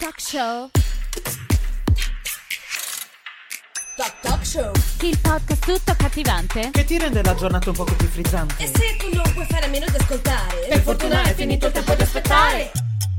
Talk Show. Talk Show. Il podcast tutto accattivante che ti rende la giornata un poco più frizzante. E se tu non puoi fare a meno di ascoltare, per fortuna è finito il tempo di aspettare.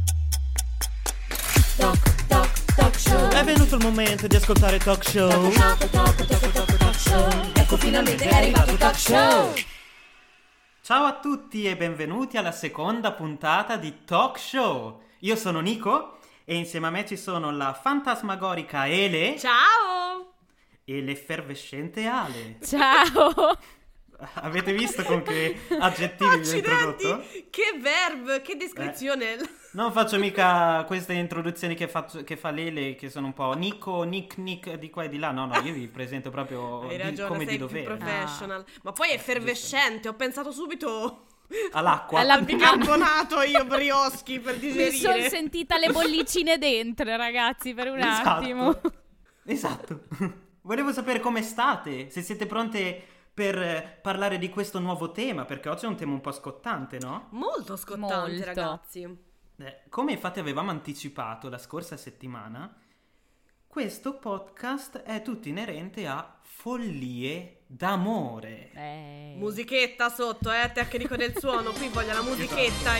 Talk Show. È venuto il momento di ascoltare Talk Show. Talk Show. Ecco finalmente è arrivato il Talk Show. Ciao a tutti e benvenuti alla seconda puntata di Talk Show. Io sono Nico e insieme a me ci sono la fantasmagorica Ele. Ciao! E l'effervescente Ale. Ciao. Avete visto con che aggettivi vi ho introdotto? Che verb, che descrizione. Non faccio mica queste introduzioni che fa Lele, che sono un po' Nico, Nick di qua e di là. No, io vi presento proprio Hai ragione, come sei di più dovere. professional. Ma poi è effervescente, ho pensato subito All'acqua. al bicarbonato io, Brioschi, per digerire. Mi sono sentita le bollicine dentro, ragazzi, per un attimo. Esatto. Volevo sapere come state, se siete pronte per parlare di questo nuovo tema, perché oggi è un tema un po' scottante, no? Molto scottante, Molto. ragazzi. Come infatti avevamo anticipato la scorsa settimana, questo podcast è tutto inerente a follie d'amore. Musichetta sotto, tecnico del suono, qui voglio la musichetta.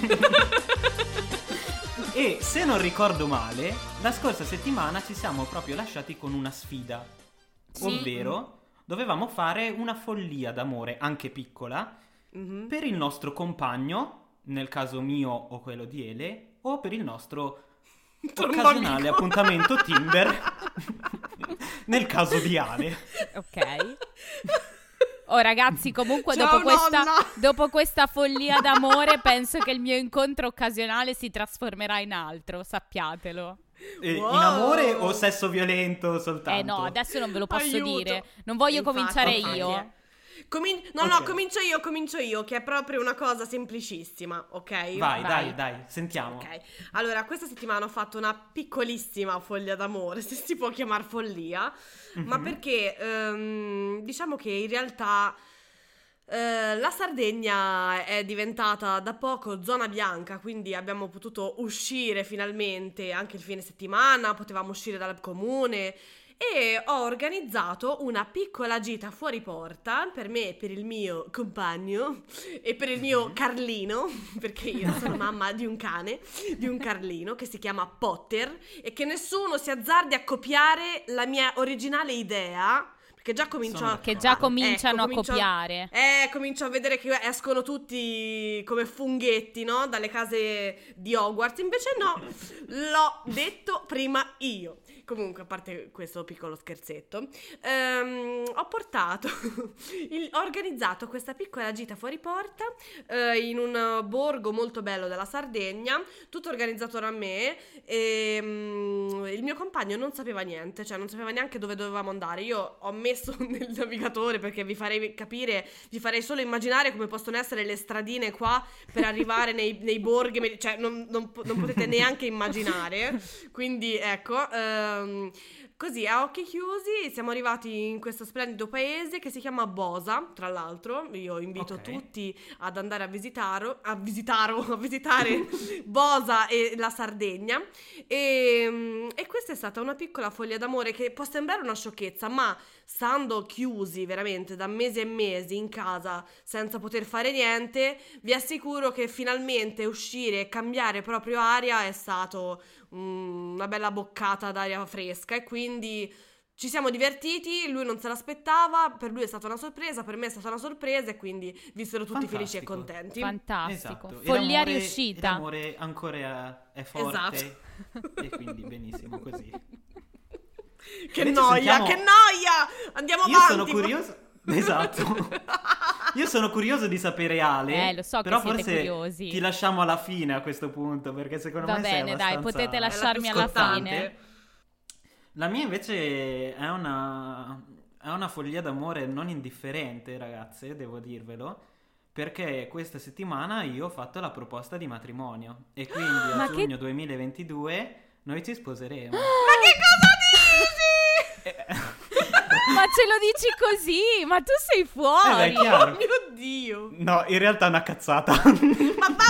E se non ricordo male, la scorsa settimana ci siamo proprio lasciati con una sfida, Sì. ovvero dovevamo fare una follia d'amore, anche piccola, per il nostro compagno, nel caso mio o quello di Ele, o per il nostro occasionale appuntamento Tinder, nel caso di Ale. Ok. Oh ragazzi, comunque Ciao, dopo questa follia d'amore penso che il mio incontro occasionale si trasformerà in altro, sappiatelo. Wow. In amore o sesso violento soltanto? No, adesso non ve lo posso Aiuto. dire. Non voglio Infatti, cominciare infatti. io. No, Ok. comincio io, che è proprio una cosa semplicissima, ok? Vai, dai, sentiamo. Ok, allora questa settimana ho fatto una piccolissima foglia d'amore, se si può chiamare follia, ma perché diciamo che in realtà la Sardegna è diventata da poco zona bianca, quindi abbiamo potuto uscire finalmente anche il fine settimana, potevamo uscire dal comune. E ho organizzato una piccola gita fuori porta per me e per il mio compagno e per il mio Carlino, perché io sono mamma di un cane, di un Carlino che si chiama Potter, e che nessuno si azzardi a copiare la mia originale idea, perché già comincio Che già cominciano Ecco, a copiare. comincio a vedere che escono tutti come funghetti, no? Dalle case di Hogwarts. Invece no, l'ho detto prima io. Comunque, a parte questo piccolo scherzetto, ho organizzato questa piccola gita fuori porta in un borgo molto bello della Sardegna, tutto organizzato da me, e il mio compagno non sapeva niente, cioè non sapeva neanche dove dovevamo andare. Io ho messo nel navigatore perché vi farei capire, vi farei solo immaginare come possono essere le stradine qua per arrivare nei borghi, cioè non potete neanche immaginare. Quindi ecco, così a occhi chiusi siamo arrivati in questo splendido paese che si chiama Bosa, tra l'altro. Io invito tutti ad andare a visitare Bosa e la Sardegna, e questa è stata una piccola foglia d'amore che può sembrare una sciocchezza, ma stando chiusi veramente da mesi e mesi in casa senza poter fare niente, vi assicuro che finalmente uscire e cambiare proprio aria è stato una bella boccata d'aria fresca, e quindi ci siamo divertiti. Lui non se l'aspettava, per lui è stata una sorpresa, per me è stata una sorpresa, e quindi vissero tutti felici e contenti. Fantastico. Esatto. Follia E riuscita. l'amore ancora è forte. Esatto. E quindi benissimo così. Che Invece noia, sentiamo- che noia! Andiamo Io avanti. sono curioso. Esatto. Io sono curioso di sapere, Ale. Lo so che però siete forse curiosi. ti lasciamo alla fine a questo punto, perché secondo Va me sei bene, dai, abbastanza potete È la lasciarmi più alla scottante. fine. La mia invece è una follia d'amore non indifferente, ragazze, devo dirvelo, perché questa settimana io ho fatto la proposta di matrimonio e quindi a Ma che- giugno 2022 noi ci sposeremo. Ma che cosa dici? Ma ce lo dici così? Ma tu sei fuori. Beh, è chiaro. Oh mio Dio. No, in realtà è una cazzata. Ma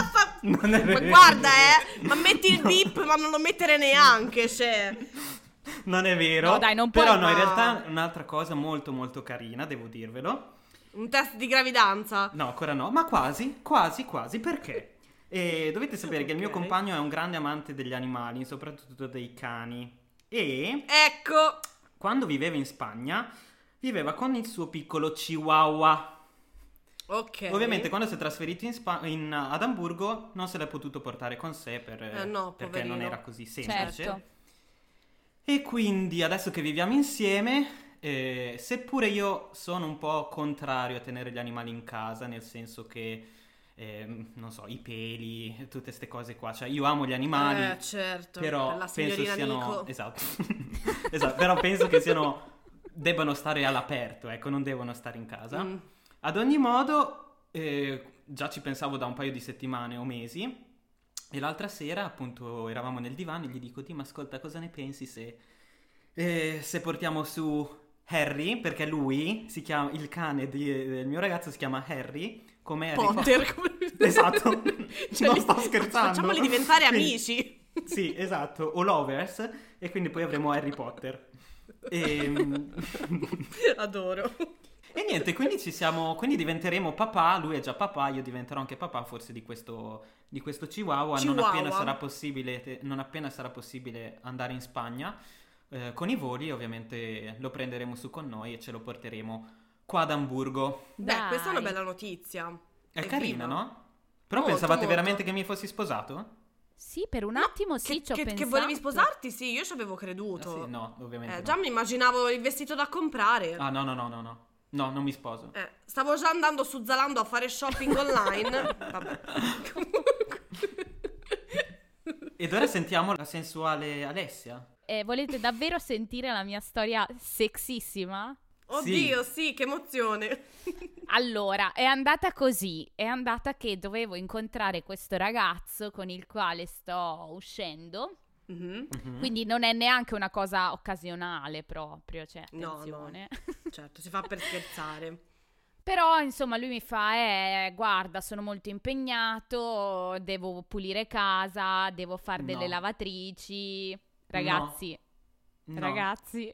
Non è Ma vero. guarda, ma metti il beep, ma non lo mettere neanche, cioè. Non è vero. No, dai, non puoi- Però no, in No. realtà un'altra cosa molto molto carina, devo dirvelo. Un test di gravidanza. No, ancora no, ma quasi, perché? E dovete sapere che il mio Ok. compagno è un grande amante degli animali, soprattutto dei cani. E Ecco. quando viveva in Spagna, viveva con il suo piccolo Chihuahua. Ok. Ovviamente quando si è trasferito ad Amburgo non se l'è potuto portare con sé no, perché non poverino. era così semplice. Certo. E quindi adesso che viviamo insieme, seppure io sono un po' contrario a tenere gli animali in casa, nel senso che, non so, i peli, tutte queste cose qua, cioè io amo gli animali, Certo. però per la penso signorina siano... Nico. Esatto. Esatto, però penso che debbano stare all'aperto, ecco, non devono stare in casa. Mm. Ad ogni modo, già ci pensavo da un paio di settimane o mesi, e l'altra sera appunto eravamo nel divano e gli dico: ma ascolta, cosa ne pensi se portiamo su Harry, perché lui si chiama, il cane del mio ragazzo si chiama Harry, come Harry Potter. Esatto. Cioè, Non sto scherzando. Facciamoli diventare Quindi- amici. Sì, esatto, o lovers, e quindi poi avremo Harry Potter. E Adoro. niente, quindi diventeremo papà, lui è già papà, io diventerò anche papà forse di questo Chihuahua, non appena sarà possibile andare in Spagna con i voli, ovviamente lo prenderemo su con noi e ce lo porteremo qua ad Amburgo. Beh, Dai. questa è una bella notizia. È carina, viva. no? Però Molto, pensavate molto. veramente che mi fossi sposato? Sì, per un attimo sì, ci ho che pensato. volevi sposarti? Sì, io ci avevo creduto. Sì, no, ovviamente Già no. mi immaginavo il vestito da comprare. Ah, no, non mi sposo. Stavo già andando su Zalando a fare shopping online. Vabbè. Ed ora sentiamo la sensuale Alessia. Volete davvero sentire la mia storia sexissima? Oddio, sì, che emozione. Allora, è andata così. È andata che dovevo incontrare questo ragazzo con il quale sto uscendo. Mhm. Mhm. Quindi non è neanche una cosa occasionale proprio, cioè No, attenzione. Certo, si fa per scherzare. Però, insomma, lui mi fa, guarda, sono molto impegnato, devo pulire casa, devo fare delle No. lavatrici. Ragazzi, No. ragazzi,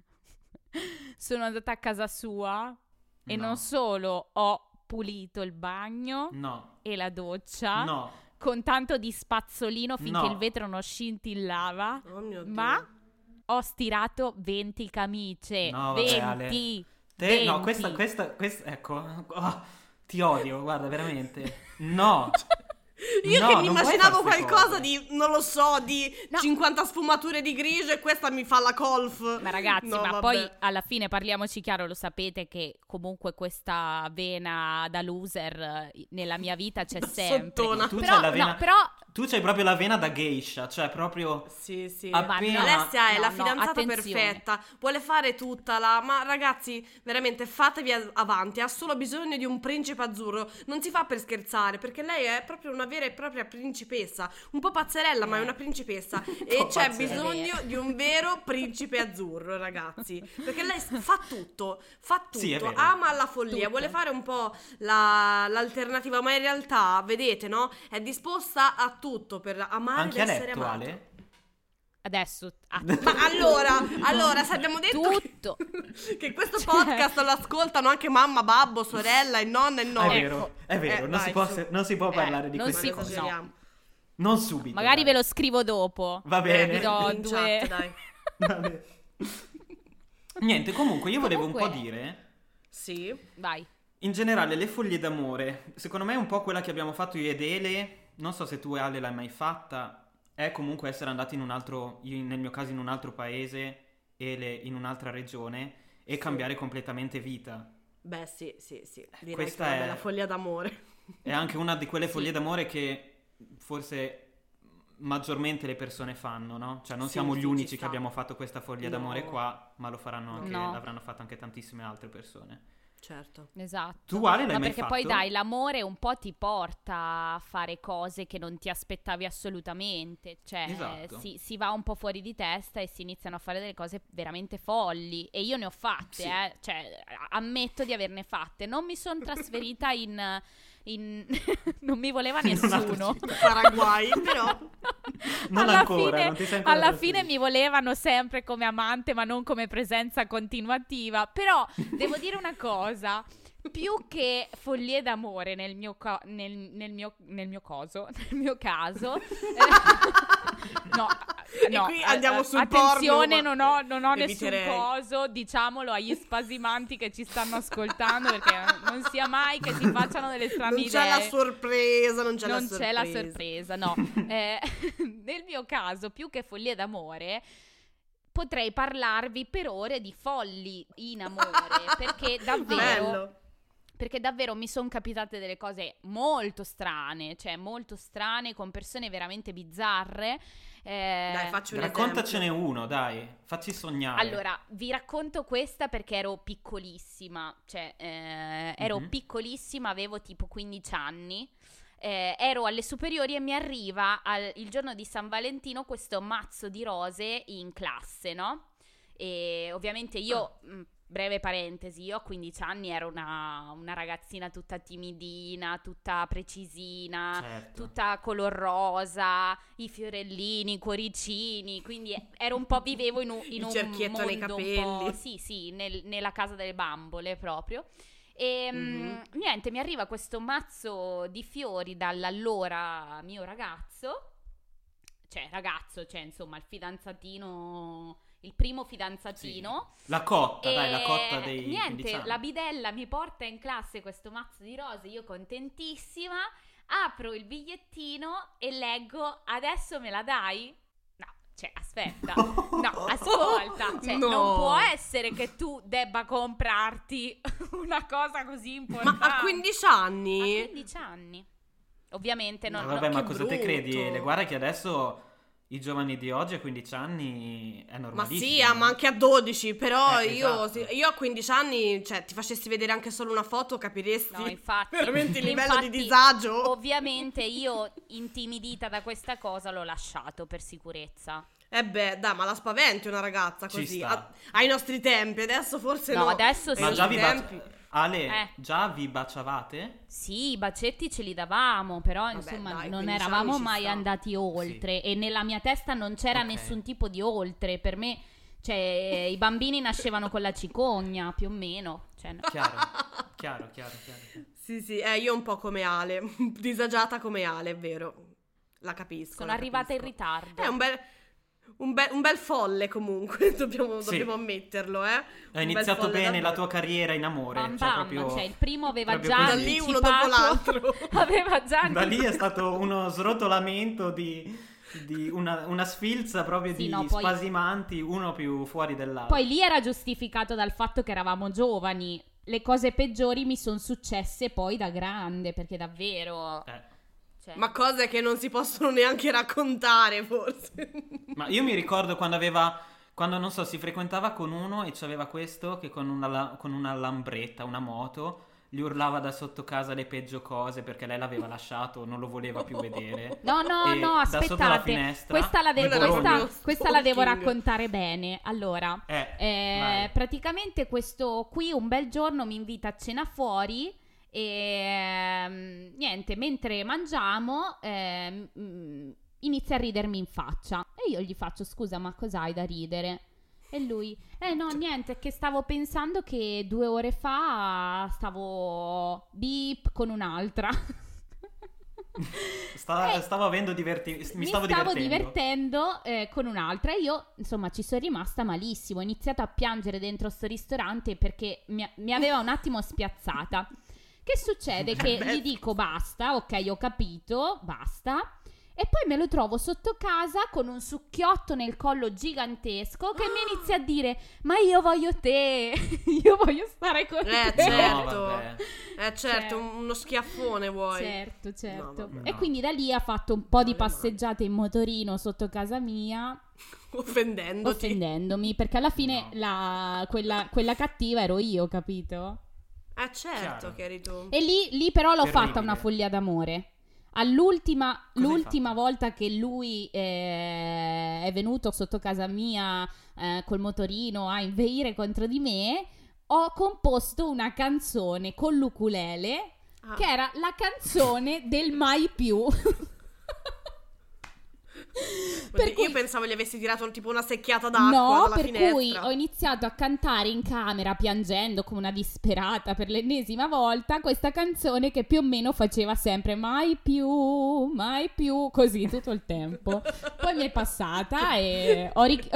sono andata a casa sua e No. non solo ho pulito il bagno No. e la doccia No. con tanto di spazzolino finché No. il vetro non scintillava, Oh mio Dio. ma ho stirato 20 camicie. No, vabbè, Ale. 20. No, 20. questa, ecco, oh, ti odio, guarda, veramente. No. Io No, che mi non puoi immaginavo fare ste qualcosa cose. di, non lo so, di No. 50 sfumature di grigio e questa mi fa la colf. Ma ragazzi, No, ma vabbè. poi alla fine parliamoci chiaro, lo sapete che comunque questa vena da loser nella mia vita c'è Da sempre. sottona. Tu Però, c'hai la vena, no, però tu c'hai proprio la vena da geisha, cioè proprio Sì, sì. appena... Alessia è No, la no, fidanzata attenzione. perfetta, vuole fare tutta la... Ma ragazzi, veramente fatevi avanti, ha solo bisogno di un principe azzurro, non si fa per scherzare, perché lei è proprio una vera e propria principessa, un po' pazzerella, ma è una principessa e po' c'è pazzerella. bisogno di un vero principe azzurro, ragazzi, perché lei fa tutto, Sì, è vero. ama la follia, Tutto. vuole fare un po' l'alternativa, ma in realtà, vedete, no? È disposta a tutto per amare Anche ed a essere letto, amata. Ale? adesso Ma allora, se abbiamo detto tutto. che questo podcast lo ascoltano anche mamma, babbo, sorella e nonna e nonno. È vero, non, dai, si può, su. non si può parlare di non queste si- cose. Esageriamo. Non subito. Magari dai. ve lo scrivo dopo. Va bene. Vi do In due... chat, dai. Vabbè. Niente, comunque io volevo un po' Comunque- dire, Sì. Vai. in generale, le foglie d'amore, secondo me è un po' quella che abbiamo fatto io ed Ele, non so se tu Ale l'hai mai fatta, è comunque essere andati in un altro, io nel mio caso in un altro paese, Ele in un'altra regione, e cambiare completamente vita. Beh, sì. Direi Questa che è è- una bella foglia d'amore. È anche una di quelle foglie d'amore che forse maggiormente le persone fanno, no? Cioè non Sì, siamo sì, gli ci unici sta. che abbiamo fatto questa foglia No. d'amore qua, ma lo faranno anche, No. l'avranno fatto anche tantissime altre persone. Certo. Esatto. Tu, Ale, l'hai Ma mai perché fatto? poi dai, l'amore un po' ti porta a fare cose che non ti aspettavi assolutamente. Cioè, Esatto. si va un po' fuori di testa e si iniziano a fare delle cose veramente folli. E io ne ho fatte, Sì. Cioè, ammetto di averne fatte. Non mi sono trasferita non mi voleva In un altro nessuno. sito. Paraguay, però Non alla ancora, fine, non ti sei ancora alla trasferito. fine mi volevano sempre come amante, ma non come presenza continuativa. Però devo dire una cosa: più che follie d'amore nel mio caso, no, E qui andiamo sul attenzione, porno, ma non ho nessun eviterei. coso, diciamolo agli spasimanti che ci stanno ascoltando, perché non sia mai che si facciano delle strane non idee. c'è la sorpresa, non c'è la Non sorpresa. c'è la sorpresa, no. Nel mio caso, più che follie d'amore, potrei parlarvi per ore di folli in amore, perché davvero... Bello. Perché davvero mi sono capitate delle cose molto strane, cioè molto strane, con persone veramente bizzarre. Dai, facci un Raccontacene esempio. uno, dai, facci sognare. Allora, vi racconto questa perché ero piccolissima, cioè ero piccolissima, avevo tipo 15 anni, ero alle superiori e mi arriva il giorno di San Valentino questo mazzo di rose in classe, no? E ovviamente io... Breve parentesi, io a 15 anni ero una ragazzina tutta timidina, tutta precisina, Certo. tutta color rosa, i fiorellini, i cuoricini, quindi ero un po', vivevo in un cerchietto mondo nei un po', capelli. sì, nella casa delle bambole proprio. E niente, mi arriva questo mazzo di fiori dall'allora mio ragazzo, cioè insomma il fidanzatino... Il primo fidanzatino. La cotta, E dai, la cotta dei niente, 15 anni. la bidella mi porta in classe questo mazzo di rose, io contentissima, apro il bigliettino e leggo: adesso me la dai? No, cioè aspetta, no, ascolta, cioè, No. non può essere che tu debba comprarti una cosa così importante. Ma a 15 anni? A 15 anni. Ovviamente non... Vabbè, ma che cosa te credi? brutto. Guarda che adesso i giovani di oggi a 15 anni è Ma normalissimo. sì, ma anche a 12, però Esatto. io a 15 anni, cioè, ti facessi vedere anche solo una foto, capiresti No, infatti, veramente il livello di infatti, disagio. Ovviamente io, intimidita da questa cosa, l'ho lasciato per sicurezza. Beh, dai, ma la spaventi una ragazza Ci così, sta. ai nostri tempi, adesso forse No, no. adesso Ma sì. già vi tempi. Ale, già vi baciavate? Sì, i bacetti ce li davamo, però Vabbè, insomma dai, non 15 eravamo anni ci mai sta. andati oltre e nella mia testa non c'era Ok. nessun tipo di oltre. Per me, cioè, i bambini nascevano con la cicogna, più o meno. Cioè, no. Chiaro. Sì, io un po' come Ale, disagiata come Ale, è vero. La capisco. Sono la arrivata in capisco. ritardo. È un bel folle comunque, dobbiamo Sì. ammetterlo, Hai Un bel iniziato folle bene davvero. la tua carriera in amore. Bam cioè, bam, proprio... cioè il primo aveva proprio già così. Da lì uno anticipato, dopo l'altro. aveva già Da lì è anticipato. stato uno srotolamento di una sfilza proprio Sì, di no, poi- spasimanti, uno più fuori dell'altro. Poi lì era giustificato dal fatto che eravamo giovani. Le cose peggiori mi sono successe poi da grande, perché davvero... cioè, Ma cose che non si possono neanche raccontare, forse. Ma io mi ricordo quando non so, si frequentava con uno e c'aveva questo che con una lambretta, una moto, gli urlava da sotto casa le peggio cose perché lei l'aveva lasciato, non lo voleva più vedere. No, E no, da sotto la aspettate. finestra, Questa la devo, Quello era proprio questa la devo stalking. raccontare bene. Allora, vai. praticamente questo qui un bel giorno mi invita a cena fuori e niente, mentre mangiamo inizia a ridermi in faccia e io gli faccio: scusa, ma cos'hai da ridere? E lui: no, niente, è che stavo pensando che 2 ore fa stavo beep con un'altra. Stavo avendo mi stavo divertendo con un'altra e io insomma ci sono rimasta malissimo, ho iniziato a piangere dentro sto ristorante perché mi aveva un attimo spiazzata. Che succede? Che gli dico basta, ok, ho capito, basta. E poi me lo trovo sotto casa con un succhiotto nel collo gigantesco che mi inizia a dire: ma io voglio te, io voglio stare con te. Certo. No, vabbè. Certo, uno schiaffone vuoi. Certo. No, vabbè. E No. quindi da lì ha fatto un po' di Male, male. passeggiate in motorino sotto casa mia, Offendendoti. offendendomi, perché alla fine No. quella cattiva ero io, capito? Certo Chiaro. che eri tu. E lì però l'ho Terribile. fatta una follia d'amore. L'ultima fatto? volta che lui è venuto sotto casa mia col motorino a inveire contro di me, ho composto una canzone con l'ukulele che era la canzone del mai più. Io pensavo gli avessi tirato tipo una secchiata d'acqua dalla per finestra. cui ho iniziato a cantare in camera piangendo come una disperata per l'ennesima volta questa canzone che più o meno faceva sempre mai più, così tutto il tempo. Poi mi è passata e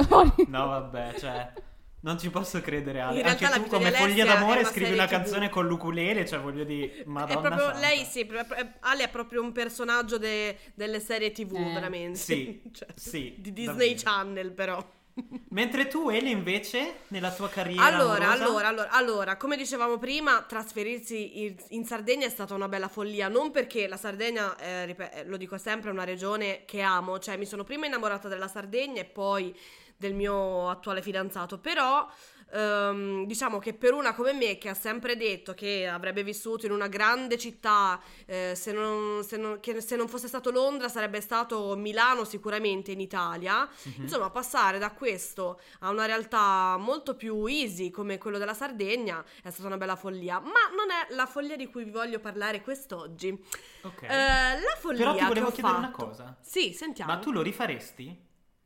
No vabbè, cioè non ci posso credere, Ale. In realtà Anche la tu vita di come foglia Alessia d'amore è una scrivi serie una TV. canzone con l'ukulele, cioè voglio dire, madonna È proprio santa. lei, sì, Ale è proprio un personaggio delle serie TV, veramente. Sì, Cioè, sì, di Disney davvero. Channel, però. Mentre tu, Ele, invece, nella tua carriera amorosa? Allora, come dicevamo prima, trasferirsi in Sardegna è stata una bella follia, non perché la Sardegna, lo dico sempre, è una regione che amo, cioè mi sono prima innamorata della Sardegna e poi del mio attuale fidanzato, però diciamo che per una come me che ha sempre detto che avrebbe vissuto in una grande città, se non fosse stato Londra sarebbe stato Milano sicuramente in Italia, insomma passare da questo a una realtà molto più easy come quello della Sardegna è stata una bella follia, ma non è la follia di cui vi voglio parlare quest'oggi. Ok. La follia Però ti volevo che ho chiedere fatto... una cosa. Sì, sentiamo. Ma tu lo rifaresti?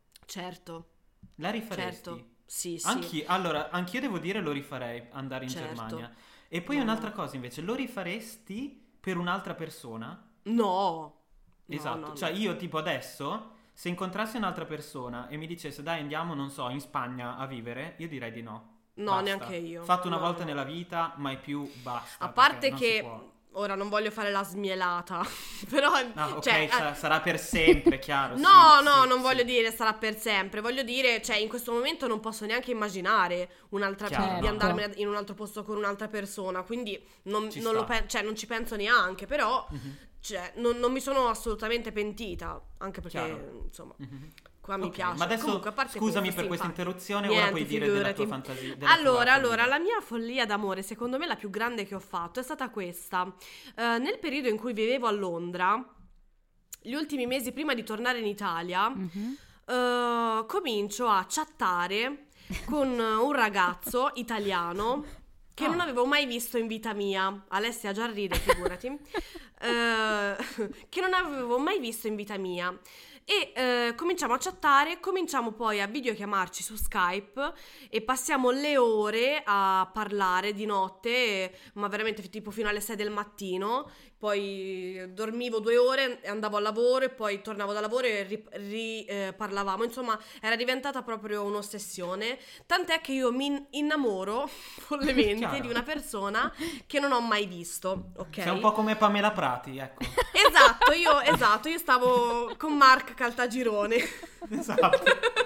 Certo. La rifaresti? Certo. Sì. Anch'io devo dire lo rifarei, andare in Certo. Germania. E poi No. un'altra cosa invece, lo rifaresti per un'altra persona? No. Esatto, No. cioè io tipo adesso, se incontrassi un'altra persona e mi dicesse dai andiamo, non so, in Spagna a vivere, io direi di no. No, Basta. neanche io. Fatto una No, volta no. nella vita, mai più, basta. A parte perché non si che può. ora non voglio fare la smielata, però No, ok, cioè, sarà per sempre, chiaro. no, sì, no, sì, non sì. voglio dire sarà per sempre, voglio dire, cioè in questo momento non posso neanche immaginare un'altra Chiaro. di andarmene in un altro posto con un'altra persona, quindi non Ci lo sta. cioè, non ci penso neanche, però cioè, non mi sono assolutamente pentita, anche perché Chiaro. insomma Mhm. qua mi Ok, piace. ma adesso Comunque, a parte scusami questo, per sì, questa infatti. interruzione, Niente, ora puoi dire della tua figurati. fantasia. della tua Allora, follia. la mia follia d'amore, secondo me la più grande che ho fatto è stata questa. Nel periodo in cui vivevo a Londra, gli ultimi mesi prima di tornare in Italia, comincio a chattare con un ragazzo italiano che non avevo mai visto in vita mia. Alessia già ride, figurati. Che non avevo mai visto in vita mia. E cominciamo a chattare, cominciamo poi a videochiamarci su Skype e passiamo le ore a parlare di notte, ma veramente tipo fino alle 6 del mattino. Poi dormivo 2 ore e andavo al lavoro e poi tornavo da lavoro e parlavamo. Insomma, era diventata proprio un'ossessione. Tant'è che io mi innamoro follemente Chiaro. di una persona che non ho mai visto. Ok? Sei un po' come Pamela Prati, ecco. Esatto, io stavo con Mark Caltagirone. Esatto.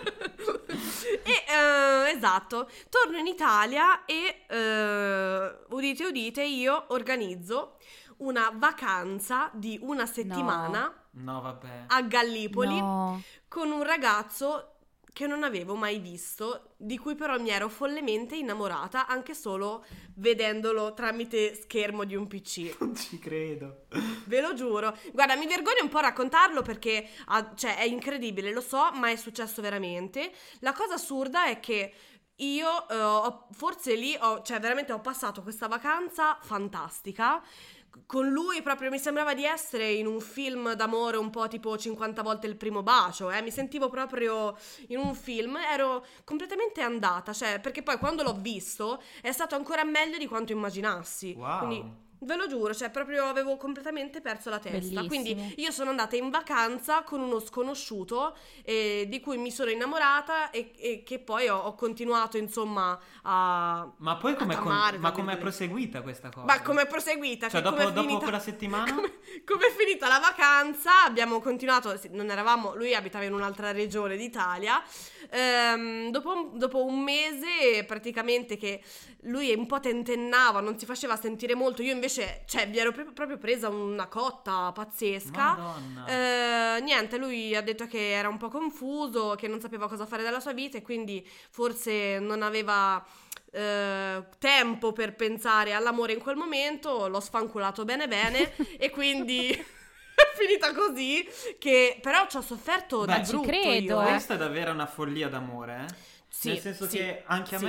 E esatto, torno in Italia e udite, io organizzo una vacanza di una settimana No, vabbè. a Gallipoli No. con un ragazzo che non avevo mai visto, di cui però mi ero follemente innamorata anche solo vedendolo tramite schermo di un PC. Non ci credo. Ve lo giuro. Guarda, mi vergogno un po' a raccontarlo perché cioè, è incredibile, lo so, ma è successo veramente. La cosa assurda è che io forse lì cioè veramente ho passato questa vacanza fantastica. Con lui proprio mi sembrava di essere in un film d'amore un po' tipo 50 volte il primo bacio, mi sentivo proprio in un film, ero completamente andata, cioè perché poi quando l'ho visto è stato ancora meglio di quanto immaginassi. Wow. Quindi ve lo giuro, cioè proprio avevo completamente perso la testa. Bellissimo. Quindi io sono andata in vacanza con uno sconosciuto di cui mi sono innamorata e che poi ho continuato insomma a Ma poi come amare, tra è virgolette. proseguita questa cosa? Ma com'è proseguita? Cioè Che com'è dopo finita- quella settimana? Come è finita la vacanza? Abbiamo continuato, non eravamo, lui abitava in un'altra regione d'Italia. Dopo un mese praticamente che lui un po' tentennava, non si faceva sentire molto, io invece, cioè, vi ero proprio presa una cotta pazzesca. Madonna. Niente, lui ha detto che era un po' confuso, che non sapeva cosa fare della sua vita e quindi forse non aveva tempo per pensare all'amore in quel momento. L'ho sfanculato bene e quindi è finita così, che però ci ho sofferto Beh, di ci brutto credo, io, Questa è davvero una follia d'amore, Sì, nel senso sì, che anche a sì. me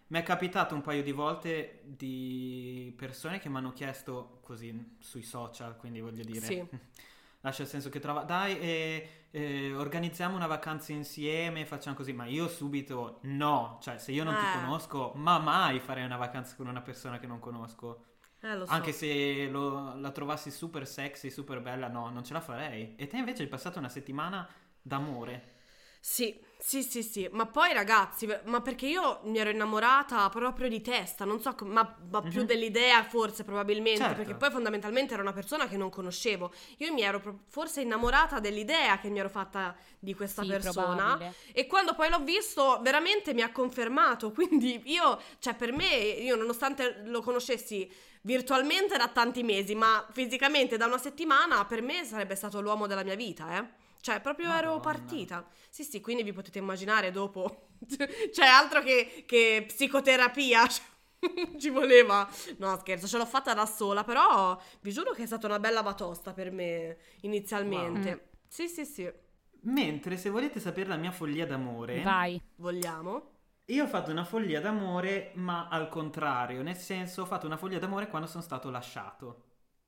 mi è capitato un paio di volte di persone che mi hanno chiesto così sui social, quindi voglio dire, Sì. lascia il senso che trova, dai, organizziamo una vacanza insieme, facciamo così, ma io subito no, cioè se io non ti conosco, ma mai farei una vacanza con una persona che non conosco. Lo so. Anche se la trovassi super sexy, super bella, no, non ce la farei. E te invece hai passato una settimana d'amore. Sì, ma poi ragazzi, ma perché io mi ero innamorata proprio di testa, non so, ma più dell'idea forse probabilmente, Certo. perché poi fondamentalmente era una persona che non conoscevo, io mi ero forse innamorata dell'idea che mi ero fatta di questa persona, probabile. e quando poi l'ho visto veramente mi ha confermato, quindi cioè per me, io nonostante lo conoscessi virtualmente da tanti mesi, ma fisicamente da una settimana, per me sarebbe stato l'uomo della mia vita, Cioè, proprio ero Madonna. partita. Sì, quindi vi potete immaginare dopo. Cioè, altro che psicoterapia. Ci voleva. No, scherzo, ce l'ho fatta da sola. Però vi giuro che è stata una bella batosta per me inizialmente. Wow. Sì. Mentre se volete sapere la mia follia d'amore, Vai. Vogliamo? io ho fatto una follia d'amore, ma al contrario, nel senso ho fatto una follia d'amore quando sono stato lasciato.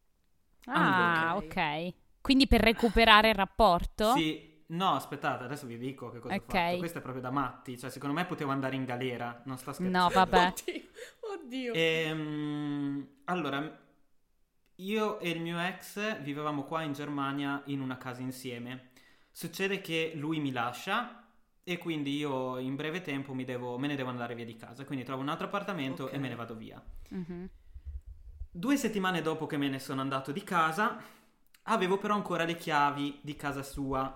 Ah, Allora. ok. Quindi per recuperare il rapporto? Sì, no, aspettate, adesso vi dico che cosa ho Ok. fatto. Questo è proprio da matti, cioè secondo me potevo andare in galera, non sto scherzando. No, vabbè. Oddio. Allora, io e il mio ex vivevamo qua in Germania in una casa insieme. Succede che lui mi lascia e quindi io in breve tempo me ne devo andare via di casa. Quindi trovo un altro appartamento Ok. e me ne vado via. Mhm. 2 settimane dopo che me ne sono andato di casa, avevo però ancora le chiavi di casa sua.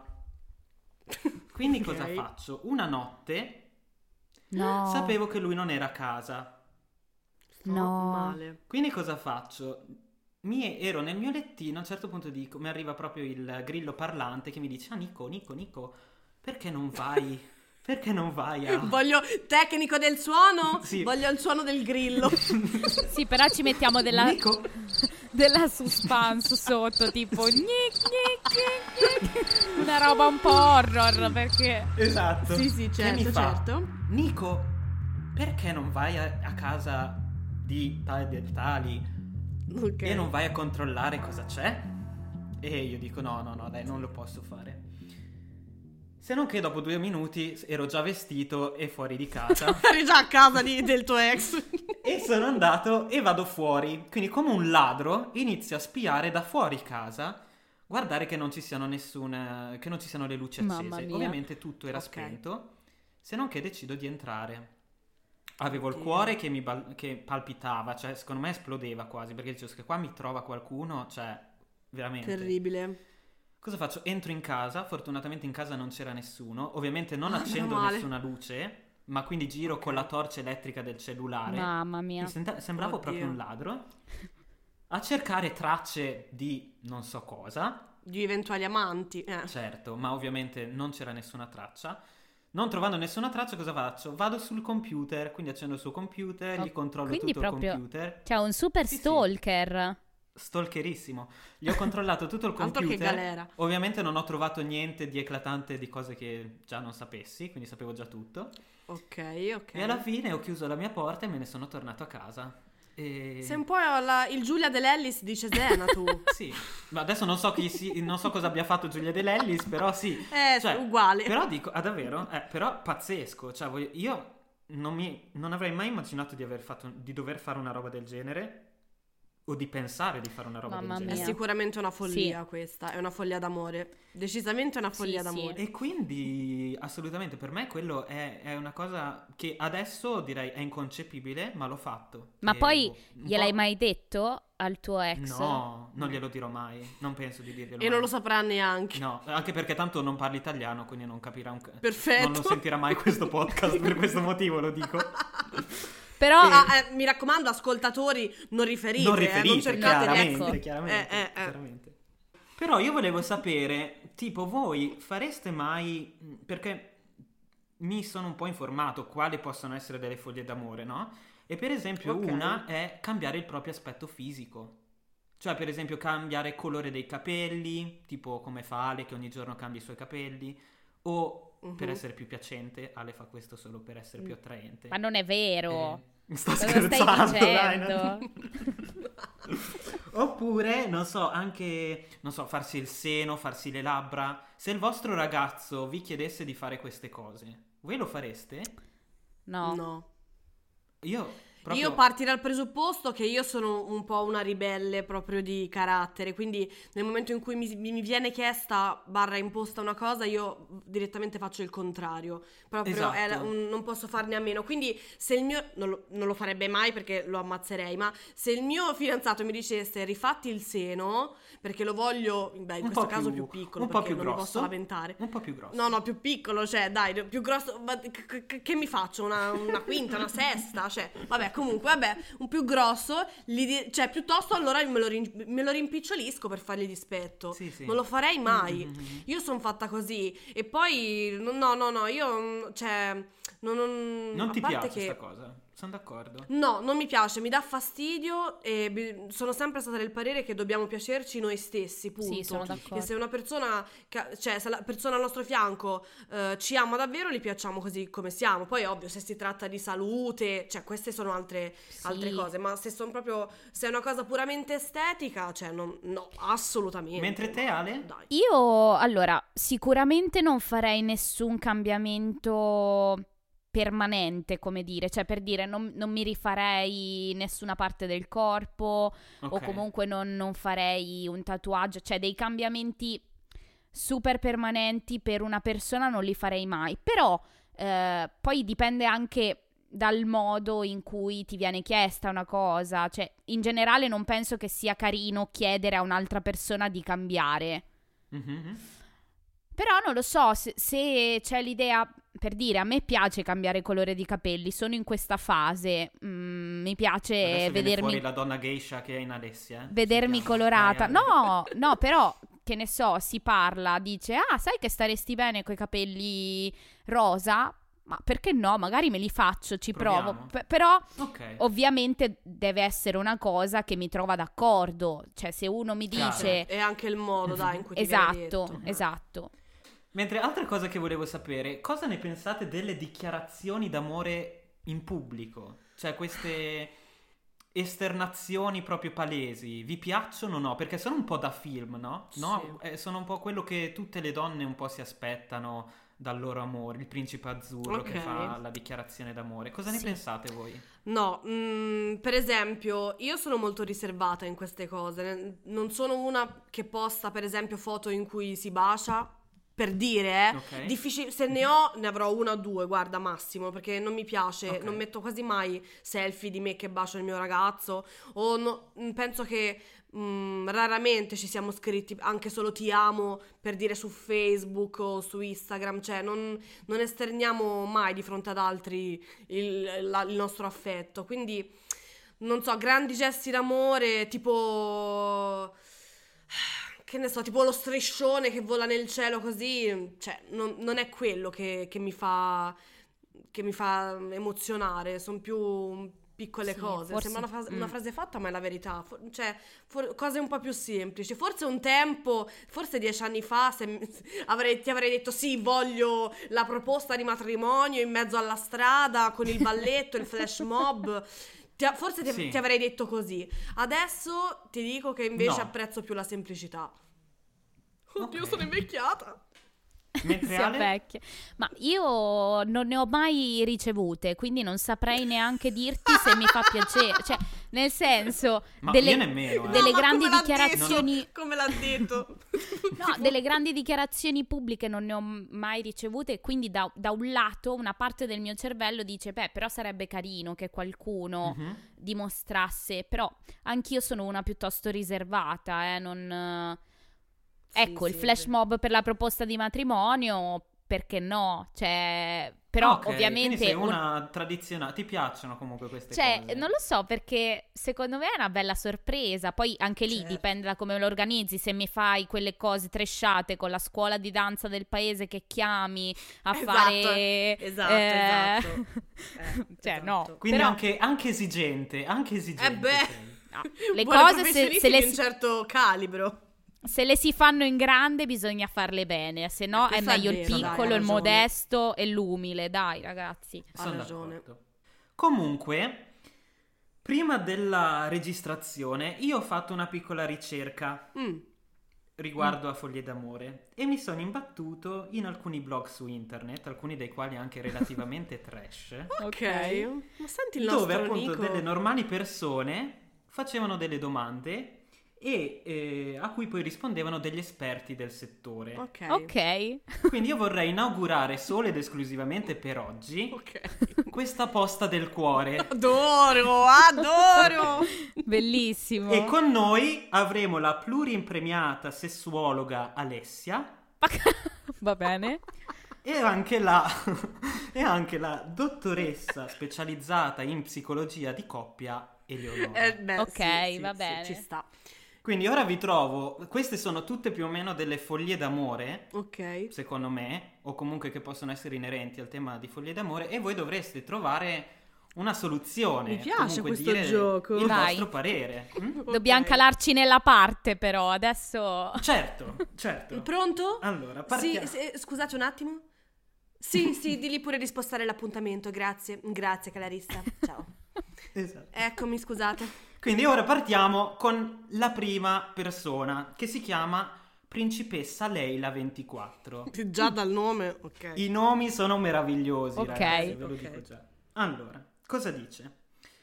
Quindi Ok. cosa faccio? Una notte No. sapevo che lui non era a casa. Sto No. male. Quindi cosa faccio? Ero nel mio lettino, a un certo punto mi arriva proprio il grillo parlante che mi dice: ah, Nico, perché non vai? Perché non vai a... Voglio tecnico del suono. Sì. Voglio il suono del grillo. Sì, però ci mettiamo della suspense sotto, tipo gnic, gnic, gnic. Una roba un po' horror, perché... Esatto. Sì, Che certo, mi fa, certo. Nico, perché non vai a casa di tali del tali Ok. e non vai a controllare cosa c'è? E io dico no, dai, non lo posso fare. Se non che dopo 2 minuti ero già vestito e fuori di casa. Eri già a casa del tuo ex. E sono andato e vado fuori. Quindi come un ladro inizio a spiare da fuori casa, guardare che non ci siano che non ci siano le luci Mamma accese. mia. Ovviamente tutto era Ok. spento. Se non che decido di entrare. Avevo il Oddio. cuore che palpitava, cioè secondo me esplodeva quasi, perché dicevo, se qua mi trova qualcuno, cioè veramente. Terribile. Cosa faccio? Entro in casa, fortunatamente in casa non c'era nessuno, ovviamente non Ah, accendo meno male. nessuna luce, ma quindi giro con la torcia elettrica del cellulare. Mamma mia. Sembravo Oddio. proprio un ladro. A cercare tracce di non so cosa, Di eventuali amanti. certo, ma ovviamente non c'era nessuna traccia. Non trovando nessuna traccia, cosa faccio? Vado sul computer, quindi accendo il suo computer, gli controllo Quindi tutto proprio- il computer. Cioè, un super Sì, sì. stalker. Stalkerissimo. Gli ho controllato tutto il Altro che computer. galera. Ovviamente non ho trovato niente di eclatante di cose che già non sapessi, quindi sapevo già tutto. Ok. E alla fine ho chiuso la mia porta e me ne sono tornato a casa. E... Sei un po' il Giulia dell'Ellis di Cesena, tu. Sì, ma adesso non so non so cosa abbia fatto Giulia De Lellis, però sì. Cioè, uguale. Però dico, davvero? Però pazzesco. Cioè, io non avrei mai immaginato di dover fare una roba del genere. O di pensare di fare una roba Mamma del È genere. mia. sicuramente una follia questa, è una follia d'amore. Decisamente una follia Sì, sì. d'amore. E quindi assolutamente per me quello è una cosa che adesso direi è inconcepibile, ma l'ho fatto. Ma E, poi un gliel'hai po'- mai detto al tuo ex? No, non glielo dirò mai. Non penso di dirglielo E mai. non lo saprà neanche. No, anche perché tanto non parli italiano, quindi non capirà Perfetto. Non lo sentirà mai questo podcast, per questo motivo lo dico. Però Mi raccomando, ascoltatori, non riferite. Non non riferite, cercate chiaramente, di... chiaramente, chiaramente. Però io volevo sapere, tipo, voi fareste mai, perché mi sono un po' informato quali possono essere delle foglie d'amore, no? E per esempio Ok. una è cambiare il proprio aspetto fisico. Cioè, per esempio, cambiare colore dei capelli, tipo come fa Ale che ogni giorno cambia i suoi capelli, o per essere più piacente, Ale fa questo solo per essere più attraente. Ma non è vero. Sto Cosa scherzando, stai dai, dicendo? Oppure, non so, anche, non so, farsi il seno, farsi le labbra. Se il vostro ragazzo vi chiedesse di fare queste cose, voi lo fareste? No. No. Proprio... Io parti dal presupposto che io sono un po' una ribelle proprio di carattere, quindi nel momento in cui mi viene chiesta / imposta una cosa, io direttamente faccio il contrario, proprio Esatto. non posso farne a meno. Quindi se il mio, non lo farebbe mai perché lo ammazzerei, ma se il mio fidanzato mi dicesse rifatti il seno, perché lo voglio, beh, in Un questo po' caso più- più piccolo, un po' perché più non mi grosso. posso lamentare. Un po' più grosso. No, più piccolo, cioè dai, più grosso, ma che mi faccio? Una quinta, una sesta, cioè, vabbè, comunque, un più grosso, cioè piuttosto allora me lo rimpicciolisco per fargli dispetto. Sì, sì. Non lo farei mai. Io sono fatta così. E poi, no, io, cioè, Non a ti parte piace che... questa cosa? Sono d'accordo. No, non mi piace, mi dà fastidio e sono sempre stata del parere che dobbiamo piacerci noi stessi, punto. Sì, sono d'accordo. E se una persona, cioè se la persona al nostro fianco ci ama davvero, li piacciamo così come siamo. Poi ovvio, se si tratta di salute, cioè queste sono altre cose, ma se è una cosa puramente estetica, cioè no, assolutamente. Mentre te, Ale? Dai. Io, allora, sicuramente non farei nessun cambiamento permanente, come dire, cioè per dire non mi rifarei nessuna parte del corpo o Ok. comunque non farei un tatuaggio, cioè dei cambiamenti super permanenti per una persona non li farei mai, però poi dipende anche dal modo in cui ti viene chiesta una cosa, cioè in generale non penso che sia carino chiedere a un'altra persona di cambiare. Mhm. Però non lo so, se c'è l'idea, per dire, a me piace cambiare colore di capelli, sono in questa fase, mi piace Adesso viene vedermi, fuori la donna geisha che è in Alessia. vedermi Sentiamo. colorata. Vai, Ale. No, però, che ne so, si parla, dice, sai che staresti bene coi capelli rosa? Ma perché no? Magari me li faccio, ci Proviamo. provo. Però, Ok. ovviamente, deve essere una cosa che mi trova d'accordo. Cioè, se uno mi Chiaro. dice... E anche il modo, dai, in cui ti viene detto. Esatto. Mentre altra cosa che volevo sapere, cosa ne pensate delle dichiarazioni d'amore in pubblico? Cioè queste esternazioni proprio palesi, vi piacciono o no? Perché sono un po' da film, no? No? Sono un po' quello che tutte le donne un po' si aspettano dal loro amore, il principe azzurro che Ok. fa la dichiarazione d'amore. Cosa ne Sì. pensate voi? No, per esempio, io sono molto riservata in queste cose. Non sono una che posta, per esempio, foto in cui si bacia. Per dire, Ok. difficile, se ne ho, ne avrò una o due, guarda, massimo, perché non mi piace, Ok. non metto quasi mai selfie di me che bacio il mio ragazzo, penso che raramente ci siamo scritti anche solo ti amo per dire su Facebook o su Instagram, cioè non esterniamo mai di fronte ad altri il nostro affetto, quindi non so, grandi gesti d'amore tipo... che ne so, tipo lo striscione che vola nel cielo così, cioè non è quello che mi fa emozionare, sono più piccole Sì, cose. forse- Sembra una frase fatta, ma è la verità. Cioè, cose un po' più semplici. Forse un tempo, forse 10 anni fa, ti avrei detto sì, voglio la proposta di matrimonio in mezzo alla strada con il balletto, il flash mob. Forse Sì. ti avrei detto così. Adesso ti dico che invece No. apprezzo più la semplicità. Oddio, Ok. sono invecchiata. Mentre Si Ale? invecchia. Ma io non ne ho mai ricevute, quindi non saprei neanche dirti se mi fa piacere. Cioè, nel senso, Ma io nemmeno, delle No, ma grandi come l'ha dichiarazioni... detto? Come l'ha detto? No, delle grandi dichiarazioni pubbliche non ne ho mai ricevute, quindi da un lato una parte del mio cervello dice, beh, però sarebbe carino che qualcuno Mhm. dimostrasse, però anch'io sono una piuttosto riservata, non... Ecco, Sì, il sì, flash è mob per la proposta di matrimonio, perché no? Cioè, però Ok, quindi ovviamente... sei una tradizionale, ti piacciono comunque queste Cioè, cose? non lo so, perché secondo me è una bella sorpresa. Poi anche lì Certo. dipende da come lo organizzi. Se mi fai quelle cose trashate con la scuola di danza del paese che chiami a Esatto, fare... esatto. Cioè, Esatto. no. Quindi però, anche esigente Beh. sei. no, le Buone cose professionisti se le di un certo calibro. Se le si fanno in grande bisogna farle bene, se no è questo è meglio il vero, dai, piccolo, hai il ragione. modesto e l'umile, dai ragazzi. Sono Ha ragione. d'accordo. Comunque, prima della registrazione, io ho fatto una piccola ricerca riguardo a Foglie d'amore e mi sono imbattuto in alcuni blog su internet, alcuni dei quali anche relativamente trash, Ok. Ma senti il nostro dove appunto Nico. delle normali persone facevano delle domande e a cui poi rispondevano degli esperti del settore. Ok. Ok. Quindi io vorrei inaugurare solo ed esclusivamente per oggi Ok. questa posta del cuore. Adoro. Bellissimo. E con noi avremo la plurimpremiata sessuologa Alessia Va bene. e anche la dottoressa specializzata in psicologia di coppia Eleonora. Beh, Ok, sì, va sì, bene. ci sta. Quindi ora vi trovo, queste sono tutte più o meno delle foglie d'amore, Ok. secondo me, o comunque che possono essere inerenti al tema di foglie d'amore, e voi dovreste trovare una soluzione. Mi piace comunque questo dire gioco. il Dai. vostro parere. Dobbiamo Ok. calarci nella parte però, adesso... Certo. Pronto? Allora, Sì, partiamo. scusate un attimo. Sì, digli pure di spostare l'appuntamento, grazie. Grazie, Clarissa. Ciao. Esatto. Eccomi, scusate. Quindi ora partiamo con la prima persona, che si chiama Principessa Leila 24. Già dal nome, ok. I nomi sono meravigliosi, Ok. ragazzi, ve lo Ok. dico già. Allora, cosa dice?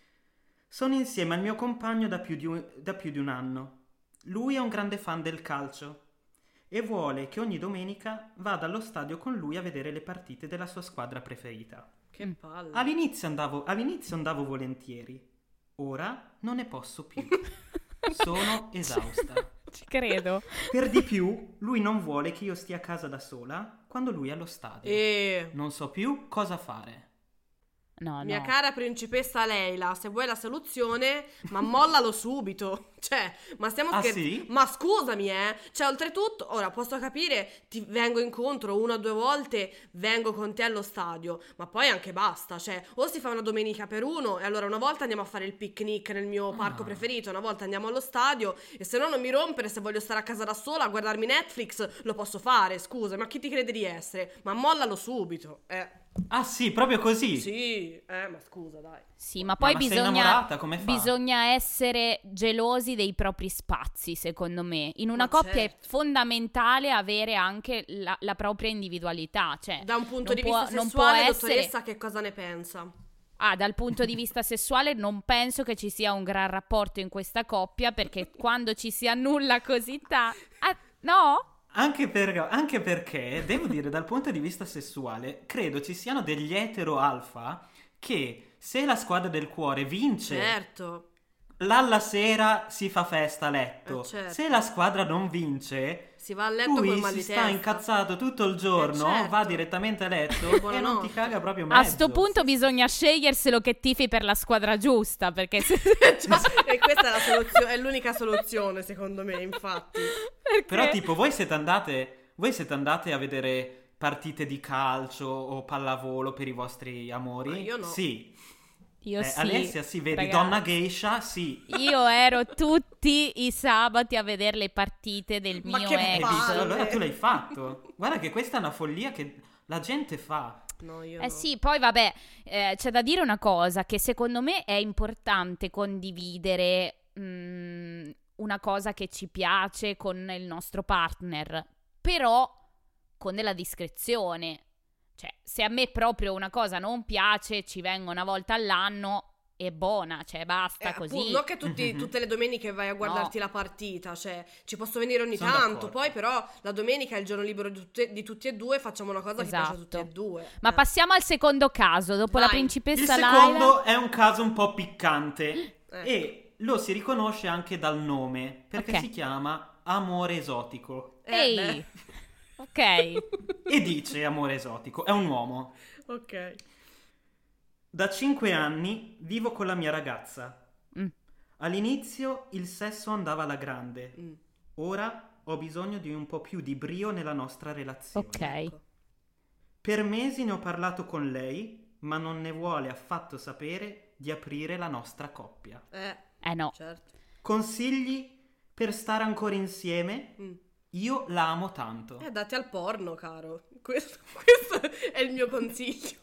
Sono insieme al mio compagno da più di un anno. Lui è un grande fan del calcio e vuole che ogni domenica vada allo stadio con lui a vedere le partite della sua squadra preferita. Che palle. All'inizio andavo volentieri, ora non ne posso più. Sono esausta. Ci credo. Per di più, lui non vuole che io stia a casa da sola quando lui è allo stadio. Non so più cosa fare. No, Mia no. cara principessa Leila, se vuoi la soluzione, ma mollalo subito. Cioè, ma stiamo Ah, scherzando? sì? Ma scusami, Cioè, oltretutto, ora posso capire, ti vengo incontro 1 o 2 volte, vengo con te allo stadio, ma poi anche basta. Cioè, o si fa una domenica per uno, e allora una volta andiamo a fare il picnic nel mio parco preferito, una volta andiamo allo stadio, e se no non mi rompere, se voglio stare a casa da sola a guardarmi Netflix, lo posso fare, scusa, ma chi ti crede di essere? Ma mollalo subito, Ah sì, proprio così? Sì, ma scusa, dai. Sì, ma poi Ma sei innamorata, come fa? bisogna essere gelosi dei propri spazi, secondo me. In una Ma coppia certo. è fondamentale avere anche la propria individualità. Cioè, Da un punto non di può- vista non può sessuale, essere- dottoressa, che cosa ne pensa? dal punto di vista sessuale non penso che ci sia un gran rapporto in questa coppia, perché quando ci si annulla così no? Anche perché, devo dire, dal punto di vista sessuale, credo ci siano degli etero alfa che se la squadra del cuore vince, Certo. alla sera si fa festa a letto. Certo. Se la squadra non vince, Si va a letto con lui mal si di sta testa. incazzato tutto il giorno, certo. va direttamente a letto e non Buonanotte. ti caga proprio A mezzo. sto punto bisogna sceglierselo che tifi per la squadra giusta, perché se... E questa è la soluzione, è l'unica soluzione, secondo me, infatti. Però tipo voi siete andate a vedere partite di calcio o pallavolo per i vostri amori? Ma io no. Sì. Io sì. Alessia sì, vedi, ragazzi. donna geisha, sì. Io ero tutti i sabati a vedere le partite del Ma mio che Hai ex. visto? palle. Allora tu l'hai fatto. Guarda che questa è una follia che la gente fa. No, io Eh no. sì, poi vabbè, c'è da dire una cosa, che secondo me è importante condividere una cosa che ci piace con il nostro partner, però con della discrezione. Cioè, se a me proprio una cosa non piace, ci vengo una volta all'anno e buona, cioè basta così. Appunto, non che tutte le domeniche vai a guardarti No. la partita, cioè ci posso venire ogni Sono tanto, d'accordo. poi però la domenica è il giorno libero di tutti e due, facciamo una cosa che piace a tutti Esatto. e due. Ma passiamo al secondo caso, dopo la Vai. Il principessa secondo Laila. è un caso un po' piccante Eh. e lo si riconosce anche dal nome, perché Ok. si chiama Amore Esotico. Ehi, ok. E dice Amore Esotico, è un uomo. Ok. Da 5 anni vivo con la mia ragazza. Mm. All'inizio il sesso andava alla grande. Mm. Ora ho bisogno di un po' più di brio nella nostra relazione. Ok. Ecco. Per mesi ne ho parlato con lei, ma non ne vuole affatto sapere di aprire la nostra coppia. Eh no. Certo. Consigli per stare ancora insieme, io la amo tanto. Datti al porno, caro. Questo è il mio consiglio.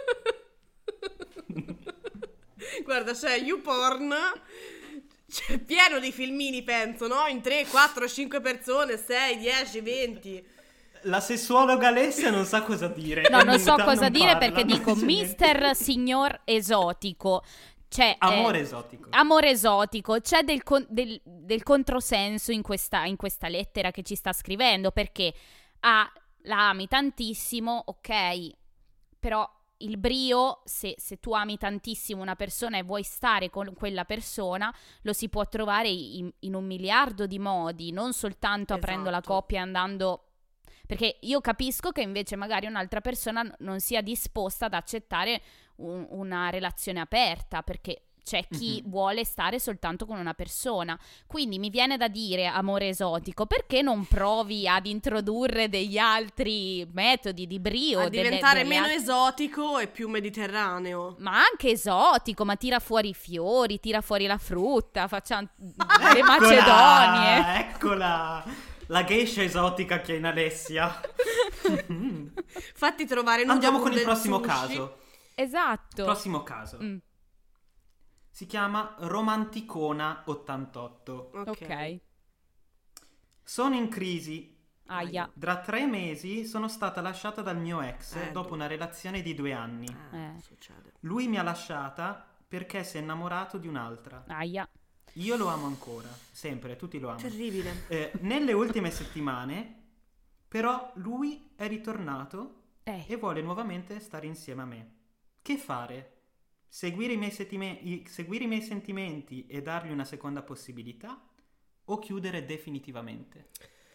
Guarda, c'è YouPorn, c'è pieno di filmini, penso, no? In 3, 4, 5 persone, 6, 10, 20. La sessuologa Alessia non sa cosa dire. No, non so cosa dire parla, perché non dico dice niente. Mister Signor Esotico. C'è, Amore esotico. Amore esotico. C'è del controsenso in questa lettera che ci sta scrivendo, perché la ami tantissimo, ok, però il brio, se tu ami tantissimo una persona e vuoi stare con quella persona, lo si può trovare in 1 miliardo di modi, non soltanto aprendo la coppia e andando... Perché io capisco che invece magari un'altra persona non sia disposta ad accettare una relazione aperta, perché c'è chi vuole stare soltanto con una persona. Quindi mi viene da dire, amore esotico, perché non provi ad introdurre degli altri metodi di brio? A diventare meno esotico e più mediterraneo. Ma anche esotico, ma tira fuori i fiori, tira fuori la frutta, facciamo le macedonie. Eccola! La geisha esotica che è in Alessia. Fatti trovare. Andiamo con il del prossimo sushi. caso. Esatto. Prossimo caso. Si chiama Romanticona 88. Ok. Sono in crisi. Aia. Da 3 mesi sono stata lasciata dal mio ex dopo una relazione di 2 anni. Succede. Lui mi ha lasciata perché si è innamorato di un'altra. Aia. Io lo amo ancora, sempre, tutti lo amano. Terribile. Nelle ultime settimane, però, lui è ritornato e vuole nuovamente stare insieme a me. Che fare? Seguire i miei sentimenti e dargli una seconda possibilità? O chiudere definitivamente?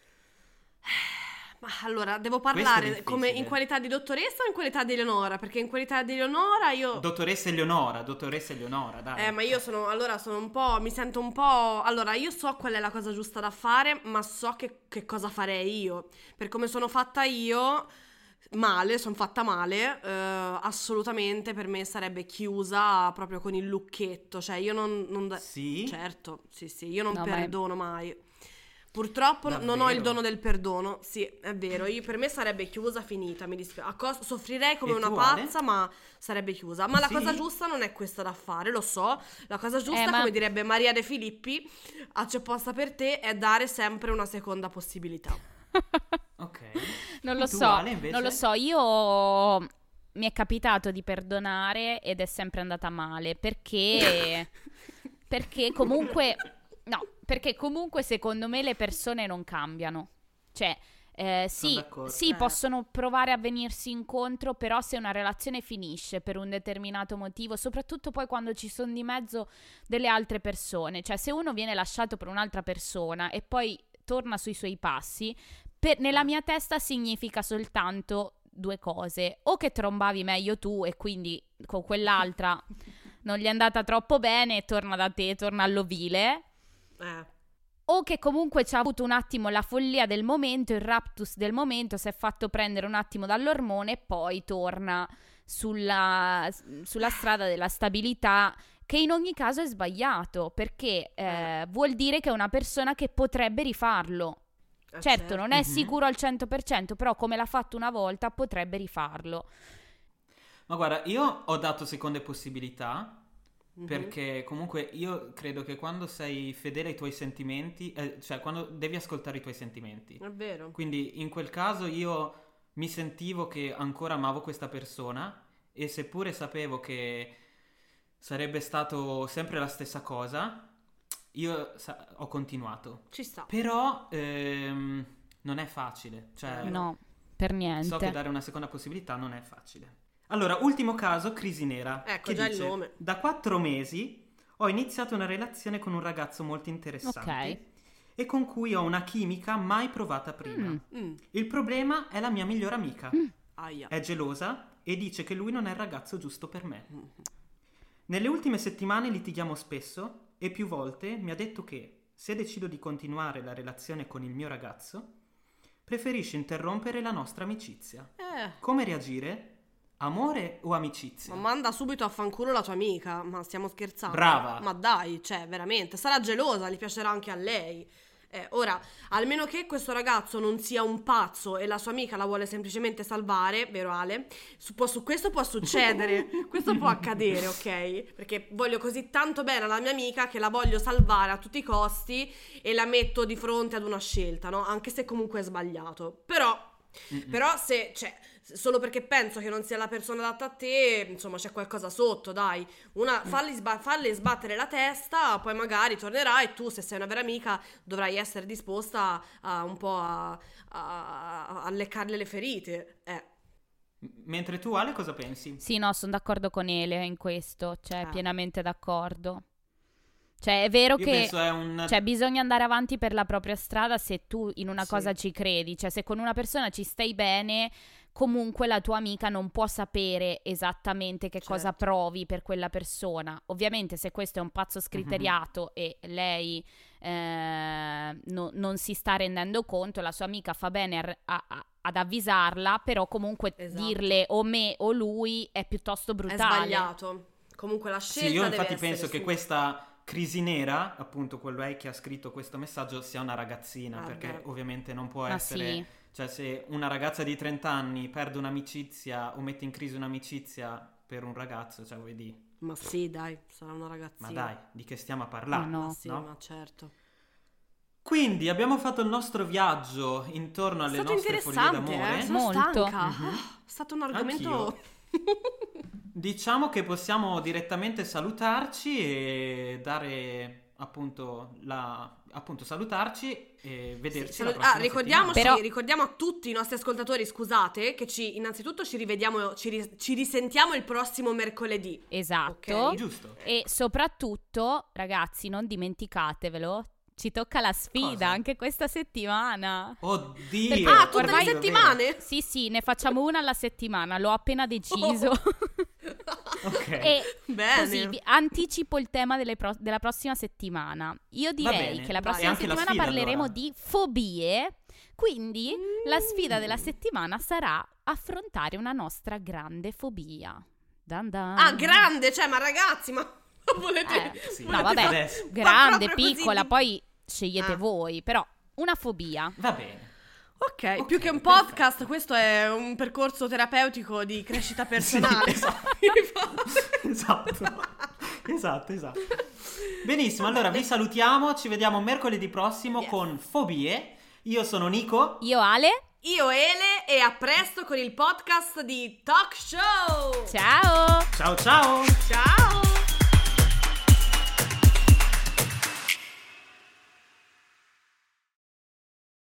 Ma allora, devo Questo è parlare difficile. come in qualità di dottoressa o in qualità di Eleonora? Perché in qualità di Eleonora io... Dottoressa Eleonora, dai. ma io sono un po', mi sento un po'... Allora, io so qual è la cosa giusta da fare, ma so che cosa farei io. Per come sono fatta io, sono fatta male, assolutamente per me sarebbe chiusa proprio con il lucchetto. Cioè, io non Sì? Certo, sì, io non No, perdono mai. Purtroppo non ho il Davvero? dono del perdono. Sì, è vero. Per me sarebbe chiusa, finita. Mi dispiace. soffrirei come E una tu, Ale? pazza, ma sarebbe chiusa. Ma la Sì? cosa giusta non è questa da fare, lo so. La cosa giusta, ma- come direbbe Maria De Filippi, c'è posta per te, è dare sempre una seconda possibilità. Ok. Non lo Tu, so, Ale, invece? non lo so. Io mi è capitato di perdonare ed è sempre andata male perché comunque no, perché comunque secondo me le persone non cambiano. Cioè, sì, d'accordo. sì, possono provare a venirsi incontro, però se una relazione finisce per un determinato motivo, soprattutto poi quando ci sono di mezzo delle altre persone, cioè se uno viene lasciato per un'altra persona e poi torna sui suoi passi, nella mia testa significa soltanto 2 cose: o che trombavi meglio tu e quindi con quell'altra non gli è andata troppo bene e torna da te, torna all'ovile, o che comunque ci ha avuto un attimo la follia del momento, il raptus del momento, si è fatto prendere un attimo dall'ormone e poi torna sulla strada della stabilità, che in ogni caso è sbagliato, perché vuol dire che è una persona che potrebbe rifarlo. Certo, non è sicuro al 100%, però come l'ha fatto una volta potrebbe rifarlo. Ma guarda, io ho dato seconde possibilità perché comunque io credo che quando sei fedele ai tuoi sentimenti, cioè quando devi ascoltare i tuoi sentimenti. È vero. Quindi in quel caso io mi sentivo che ancora amavo questa persona e seppure sapevo che sarebbe stato sempre la stessa cosa, io ho continuato. Ci sta. Però non è facile. Cioè, No, per niente. so che dare una seconda possibilità non è facile. Allora, ultimo caso, crisi nera. Ecco, che già dice: il nome. da 4 mesi ho iniziato una relazione con un ragazzo molto interessante Ok. e con cui ho una chimica mai provata prima. Il problema è la mia migliore amica. Aia. È gelosa e dice che lui non è il ragazzo giusto per me. Nelle ultime settimane litighiamo spesso e più volte mi ha detto che se decido di continuare la relazione con il mio ragazzo, preferisce interrompere la nostra amicizia. Come reagire? Amore o amicizia? Ma manda subito a fanculo la tua amica. Ma stiamo scherzando? Brava. Ma dai, cioè, veramente. Sarà gelosa, gli piacerà anche a lei. Ora, almeno che questo ragazzo non sia un pazzo e la sua amica la vuole semplicemente salvare, vero Ale? Su questo può succedere, questo può accadere, ok? Perché voglio così tanto bene alla mia amica che la voglio salvare a tutti i costi e la metto di fronte ad una scelta, no? Anche se comunque è sbagliato. Però se, cioè, solo perché penso che non sia la persona adatta a te, insomma c'è qualcosa sotto, dai. Falli sbattere la testa, poi magari tornerà e tu, se sei una vera amica, dovrai essere disposta a un po' a leccarle le ferite. Mentre tu, Ale, cosa pensi? Sì, no, sono d'accordo con Ele in questo, cioè pienamente d'accordo. Cioè è vero che cioè, bisogna andare avanti per la propria strada se tu in una cosa ci credi. Cioè se con una persona ci stai bene, comunque la tua amica non può sapere esattamente che cosa provi per quella persona. Ovviamente se questo è un pazzo scriteriato e lei non si sta rendendo conto, la sua amica fa bene ad avvisarla, però comunque dirle o me o lui è piuttosto brutale. È sbagliato. Comunque la scelta io deve infatti essere penso che sua. questa crisi nera, appunto quello è che ha scritto questo messaggio, sia una ragazzina, perché ovviamente non può essere... Sì. Cioè se una ragazza di 30 anni perde un'amicizia o mette in crisi un'amicizia per un ragazzo, cioè vuoi dire... Ma sì, dai, sarà una ragazzina. Ma dai, di che stiamo a parlare? No. Ma sì, no? ma certo. Quindi abbiamo fatto il nostro viaggio intorno alle nostre follie d'amore. Sono Molto. stanca. È stato un argomento... Diciamo che possiamo direttamente salutarci e dare appunto salutarci e vederci la prossima settimana. Ricordiamo a tutti i nostri ascoltatori, scusate, che innanzitutto ci rivediamo, ci risentiamo il prossimo mercoledì. Esatto. Ok? Giusto. E soprattutto, ragazzi, non dimenticatevelo, ci tocca la sfida Cosa? anche questa settimana. Oddio! Ah, tutte ormai- le settimane? Sì, ne facciamo una alla settimana, l'ho appena deciso. Ok. E Bene. così vi anticipo il tema della prossima settimana. Io direi bene, che la dai. prossima E anche la settimana sfida, parleremo allora. di fobie. Quindi la sfida della settimana sarà affrontare una nostra grande fobia. Dan dan. Ah, grande, cioè, ma ragazzi, ma volete... Sì. No, vabbè, Adesso. grande, proprio così piccola, di- poi scegliete voi, però una fobia. Va bene. Ok, più che un podcast, questo è un percorso terapeutico di crescita personale. Esatto. Benissimo, allora vi salutiamo, ci vediamo mercoledì prossimo con Fobie. Io sono Nico. Io Ale. Io Ele e a presto con il podcast di Talk Show. Ciao. Ciao ciao. Ciao.